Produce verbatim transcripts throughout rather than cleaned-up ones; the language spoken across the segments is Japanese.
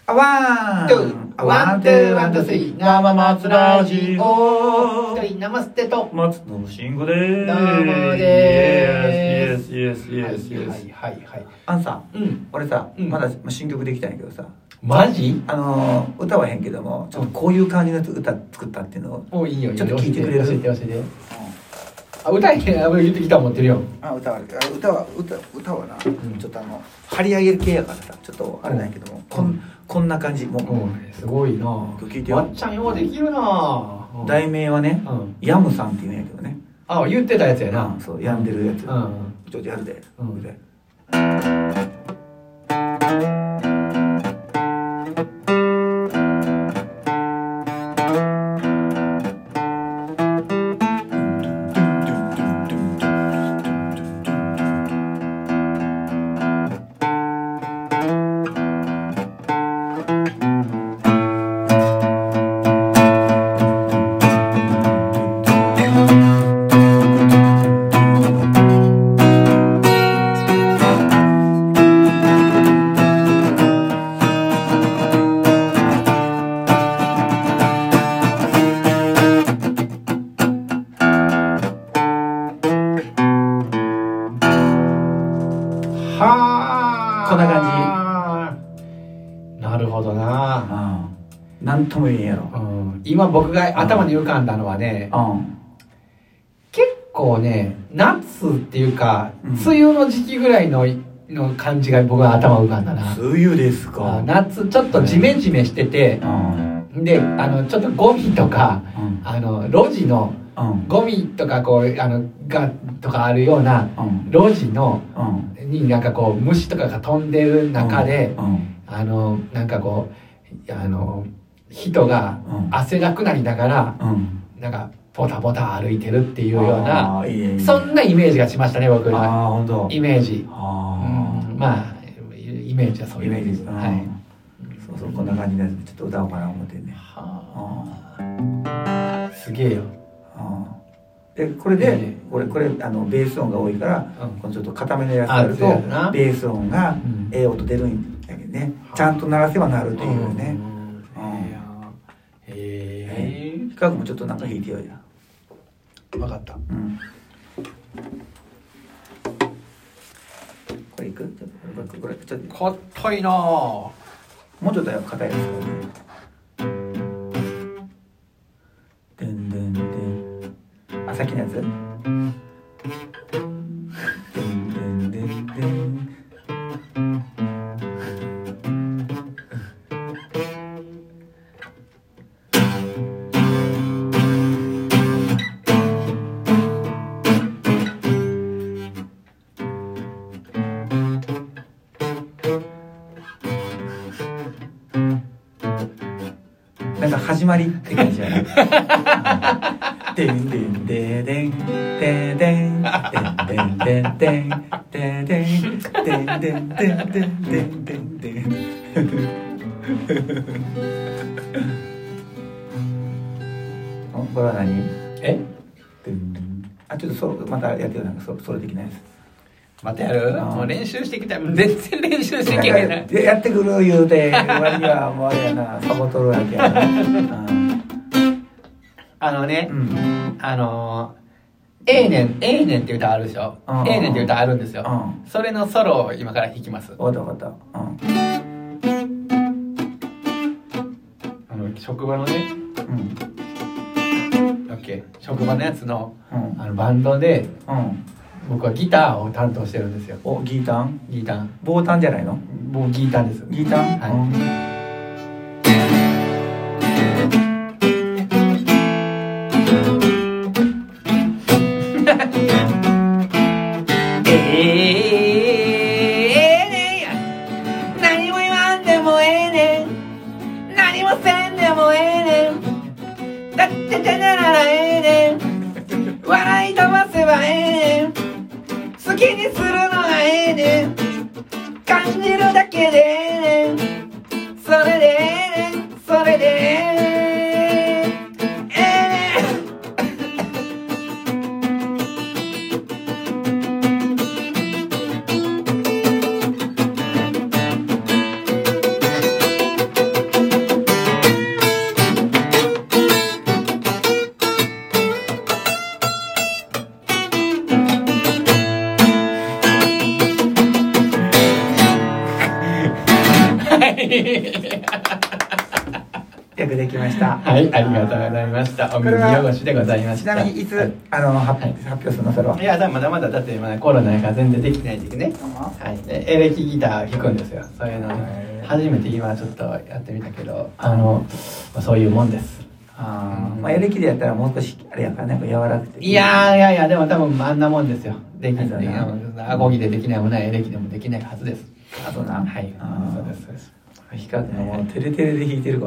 あワントゥーワン、ツー、ワン、ツー、スリー、生松ラジオ。トゥイ、ナマステと。 松野慎吾でーす。 どうもでーす。 イエスイエスイエスイエス。 はいはいはい。 あんさ、 うん。 俺さ、 うんまだ新曲できたんやけどさ、 マジ？ あのー、歌はへんけども、ちょっとこういう感じの歌作ったっていうのを、 お、いいよいいよ。 ちょっと聞いてくれる？ 教えて教えて。あ、歌いけ、あ、言ってきた思ってるよ。 あ、歌は、あ歌は、歌、歌はな、 んちょっとあの、張り上げる系やからさ、ちょっとあれなんやけども、こん、こんな感じ、もう、 うん、すごいな。 聞いてよ。 わっちゃんようできるな。 題名はね、 うんヤムさんっていうんやけどね。 あ、言ってたやつやな。 うんそう、病んでるやつ。 うん。 ちょっとやるで。 うんではあ。 こんな感じ。なるほどな。 うん。なんとも言えんやろ。 うん、今僕が頭に浮かんだのはね、 うん。 結構ね、夏っていうか、 うん梅雨の時期ぐらいのの感じが僕は頭浮かんだな。 梅雨ですあか。 夏ちょっとジメジメしててう、ん。 で、あのちょっとゴミとか、 うん。 あの路地のうん。 ゴミとかこうあのがとかあるようなうん。 路地のうん。 になんかこう虫とかが飛んでる中で、 うん。 あのなんかこうあの人がうん汗だくなりながらうん。 なんかポタポタ歩いてるっていうような、 あーいいねいいねそんなイメージがしましたね、僕あは。 あ、ほんと。 イメージ。 あうん、まあイメージはそういうイメージです。 はい。 そうそう、こんな感じでちょっと歌おうかな思ってね。 はあ、すげえよ。 でこれで、 ええこれこれあのベース音が多いから、 うんこのちょっと固めのやつやるとあそうやなベース音がうんええ音出るんやけどね、ちゃんと鳴らせば鳴るっていうね。 へえ。 比較もちょっとなんか弾いてよや。 分かった。 うん。これいく？ちょっとこれこれちょっとかったいなぁ。 もうちょっと硬いやつこれね。でんでんでん。あ、さっきのやつ？でんでんでんでん。なんか始まりって感じやな。でんでんででんでんでんでんでんでんでんでんでんでんでんでんでんでんでんでんでん。これは何？ え？ でんでん。あ、ちょっとソロまたやってよ、なんかソロソロ的なやつ。 またやる？ あーもう練習してきた。全然練習してきてない。 でやってくる言うて割にはもうあれやな、サボとるわけやな。 あのね、 うんあのー、ええねん、ええねんって歌あるでしょ。 うんええねんって歌あるんですよ。 うんそれのソロを今から弾きます。 わかったわかった。うんあの職場のね、 うんオッケー、職場のやつのうんあのバンドでうん。 僕はギターを担当してるんですよ。 お、ギータン？ ギター、 ボータンじゃないの？ もうギーターです。 ギータン？ はいうんええねんや、何も言わんでもええねん、何もせんでもええねん、だっててならええねん、笑い飛ばせばええねん、好きにするのがええねん、感じるだけでええねん、それでええねん、それでええねん、ええねん。 よくできました。 はい、ありがとうございました。お耳汚しでございました。 ちなみにいつ、はい、あの発表するのそれは。 いやまだまだだってまだコロナやから全然できない時期ね。はい。でエレキギター弾くんですよ。そういうのね。初めて今ちょっとやってみたけど、あのまあ、そういうもんです。 ああ、まあエレキでやったらもう少しあれやからね、柔らかくて。 いやいやいやでも多分あんなもんですよ。できない。アコギでできないものはエレキでもできないはずです。 あ、そうな。 はい。そうですそうです。 ヒカ君もテレテレで弾いてるから。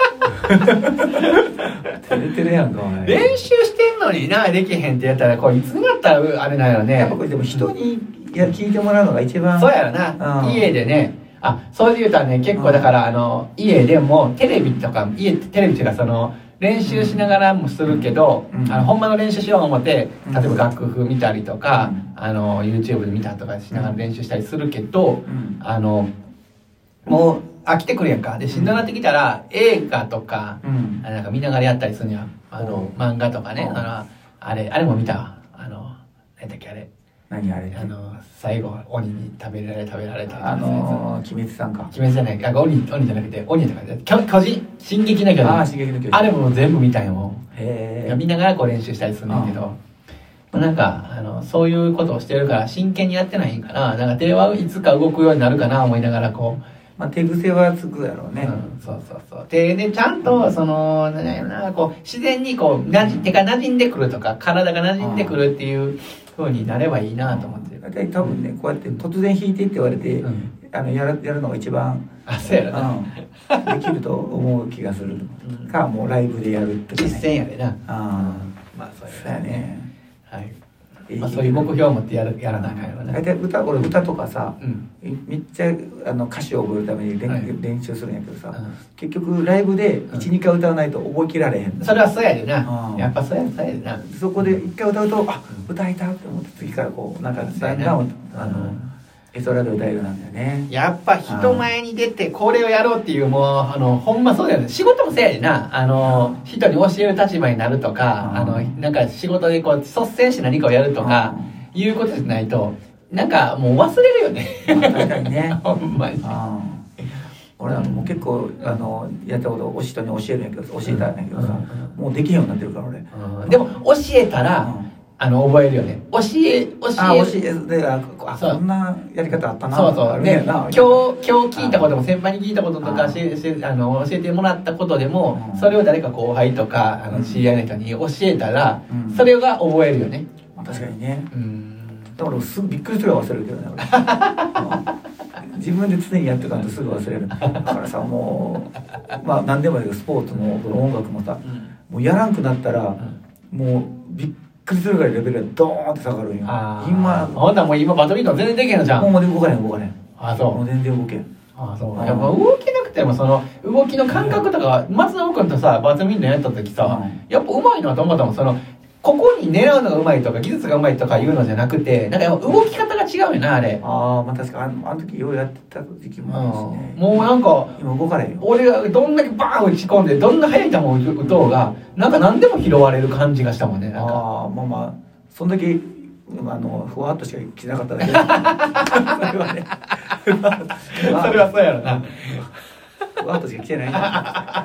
テレテレやんかお前。 練習してんのになできへんってやったらこれいつになったらあれなんやろね。 やっぱこれでも人にや聞いてもらうのが一番。 そうやろな。家でね。あ、そういうたらね結構だからあの家でもテレビとか家テレビっていうかその練習しながらもするけど、うん、あのほんまの練習しようと思って例えば楽譜見たりとか、うん、あの YouTube で見たりとかしながら練習したりするけど、うん、あのもう飽きてくるやんか。でしんどなってきたら映画とか、うん、なんか見ながらやったりするんや。あの漫画とかね、あのあれあれも見たわ。あの何だっけあれ。 何あれ。 あの最後鬼に食べられ食べられたあのー、鬼滅さんか。 鬼滅じゃない。あ鬼鬼じゃなくて鬼じゃなくて巨巨人進撃の巨人。 ああ進撃の巨人。 あれも全部見たんよもう。 へえ。 見ながらこう練習したりするんだけど。なんかあのそういうことをしてるから真剣にやってないんかな。なんか手はいつか動くようになるかな思いながらこう。 まあ、手癖はつくやろうね、 うん、そうそうそうでねちゃんとそのなんやろなこう自然にこうなじ手が馴染んでくるとか体が馴染んでくるっていう風になればいいなと思ってる。 大体多分ねこうやって突然弾いてって言われて、うん、あのやるやるのが一番あそうやろな、 うん、できると思う気がするかもうライブでやるって、 ね、実践やでなあ、 うん、まあそうやねはい、まあ、そういう目標を持ってやるやらなあかんやろな。 大体歌これ歌とかさ、うん、めっちゃあの歌詞を覚えるために 練,、はい、練習するんやけどさ、うん、結局ライブで いち,に 回歌わないと覚えきられへん、 うん、それはそうやでな、うん、やっぱそうやそうやでな。 そこでいっかい歌うとあ歌いたって思って次からこうなんかだんだんあの絵空で歌えるなんだよね。 やっぱ人前に出てこれをやろうっていうもうあのほんまそうだよね。仕事もそうやでなあの人に教える立場になるとかあのなんか仕事でこう率先して何かをやるとかいうことじゃないとなんかもう忘れるよね。 確かにねほんまに。 俺なんかもう結構あのやったことを人に教えるんやけど教えたんやけどさ、もうできへんようになってるから俺。 でも教えたらあの覚えるよね。教え教えあ教えでああそんなやり方あったな。 そうそうで今日今日聞いたことも先輩に聞いたこととかししあの教えてもらったことでもそれを誰か後輩とかあの知り合いの人に教えたら、うん、それが覚えるよね。 確かにね。うんだからすぐびっくりするは忘れるけどね俺自分で常にやってたんとすぐ忘れるだからさもうまあ何でもいいけどスポーツも音楽もさ、うん、もうやらんくなったら、うん、もうびっくりするぐらいレベルがドーンって下がるんよ。 今ほんならもう今バドミントン全然できへんのじゃん。 もう動かねん動かねん。 あそうもう全然動けん。 あそうやっぱ動けなくてもその動きの感覚とか松信君とさバドミントンやった時さ、うん、やっぱ上手いなと思ったもん。そのここに狙うのがうまいとか技術がうまいとかいうのじゃなくてなんか動き方が違うよなあれ。 ああまあ確かあのあの時ようやってた時期もあるしね、 うん、もうなんか今動かれんよ。 俺がどんだけバーン打ち込んでどんな速い球を打とうがなんか何でも拾われる感じがしたもんね。なんかああまあまあそんだけあのふわっとしか来なかっただけそれはねそれはそうやろなふわっとしか来てないんだ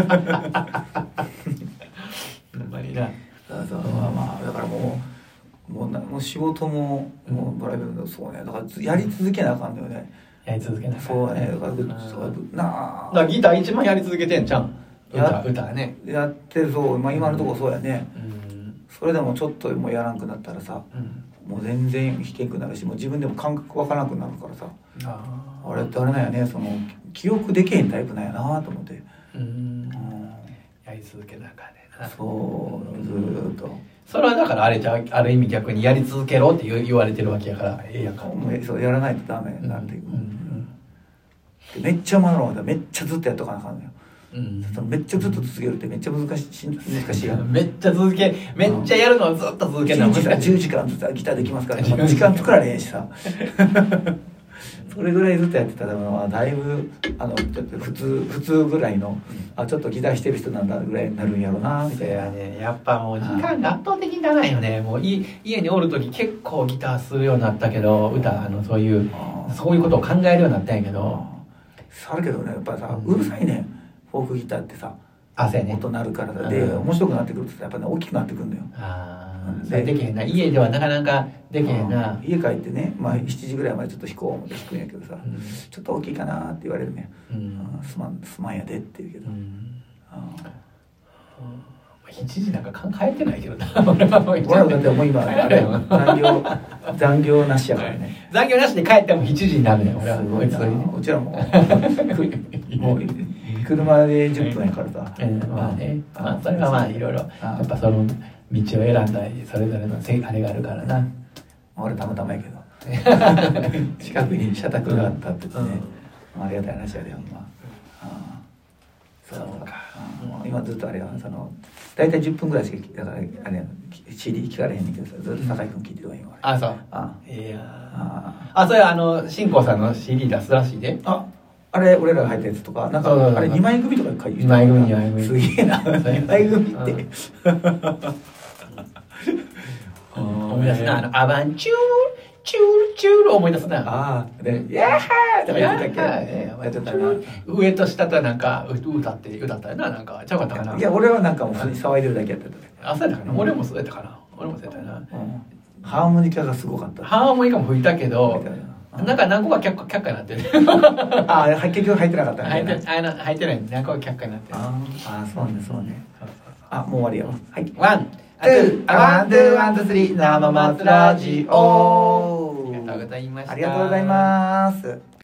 ほんまにな。 そうそうまあまあだからもうもうなもう仕事ももうプライベートもそうねだからやり続けなあかんだよね。 やり続けなあかんそうねだからそうなあだからギター一番やり続けてんじゃん。歌歌ねやってるそう、まあ、今のところそうやね、うん、それでもちょっともうやらんくなったらさ、うん、もう全然弾けんくなるしもう自分でも感覚わからなくなるからさああれってあれなんやねその記憶できへんタイプなんやなと思って、うん、うん、 やり続けなあかんねんな。 そうずーっとそれはだからあれじゃある意味逆にやり続けろって言われてるわけやからええやんか。 そうやらないとダメなんて、うんうんうん、めっちゃうまいのはめっちゃずっとやっとかなあかんのよ。うん、めっちゃずっと続けるってめっちゃ難しい難しいやん。 めっちゃ続けめっちゃやるのをずっと続けるのは難しい。 じゅうじかんずつギターできますから、ね、時間作られへんしさそれぐらいずっとやってたのはだいぶあのちょっと普通普通ぐらいのあちょっとギターしてる人なんだぐらいになるんやろうなみたいな。 やねやっぱもう時間が圧倒的に長いよね。もうい家におる時結構ギターするようになったけど歌あのそういうそういうことを考えるようになったんやけどあるけどねやっぱりさ、 うんうるさいねんフォークギターってさあそうやね音鳴るからだで、 うん面白くなってくるとさやっぱね大きくなってくるんだよ。 ああでそれできへんな家ではなかなかできへんな、 うん家帰ってね、まあ、しちじぐらいまでちょっと弾こう思って弾くんやけどさ、 うんちょっと大きいかなって言われるね、 うんうんすまんすまんやでって言うけど、 うんうんしちじなんか考えてないけどな俺はもう俺らだってもう今あれ残業残業なしやからね残業なしで帰ってもしちじになるね俺はすごいな普通にねうちらももう車でじゅっぷんやからさ、 うんまあね、まあそれはまあいろいろあやっぱその道を選んだりそれぞれのせあれがあるからな。 俺たまたまやけど近くに社宅があったってね、ありがたい話やでほんま、あそうか、もう今ずっとあれやその大体じゅっぷんぐらいしかだからあれや シーディー 聞かれへんねんけどさずっと酒井君聞いてるわ今あそうあいやああそれあの新光さんの シーディー 出すらしいで。 ああれ俺らが入ったやつとかなんかそうそうそうあれにまい組とか書いて二枚組二枚組すげえなにまい組って思い出すなあのアバンチュールチュールチュール思い出すな。 ああで「ヤッハー!」とか言ってたっけやってたな上と下となんか歌って歌ったよななんかちゃうかったかな。 いや俺はなんかもう普通に騒いでるだけやってたあそうやったかな、俺もそうやったかな俺もそうやったな。 うんハーモニカがすごかったハーモニカも吹いたけどうんなんか何個か却下却下になってる。 ああ結局入ってなかった入ってねあの入ってない何個か却下になってる。 ああそうねそうねそうそうそうあもう終わりやわはいワン、 ツーワンツーワンツースリー生松ラジオありがとうございました。 ありがとうございます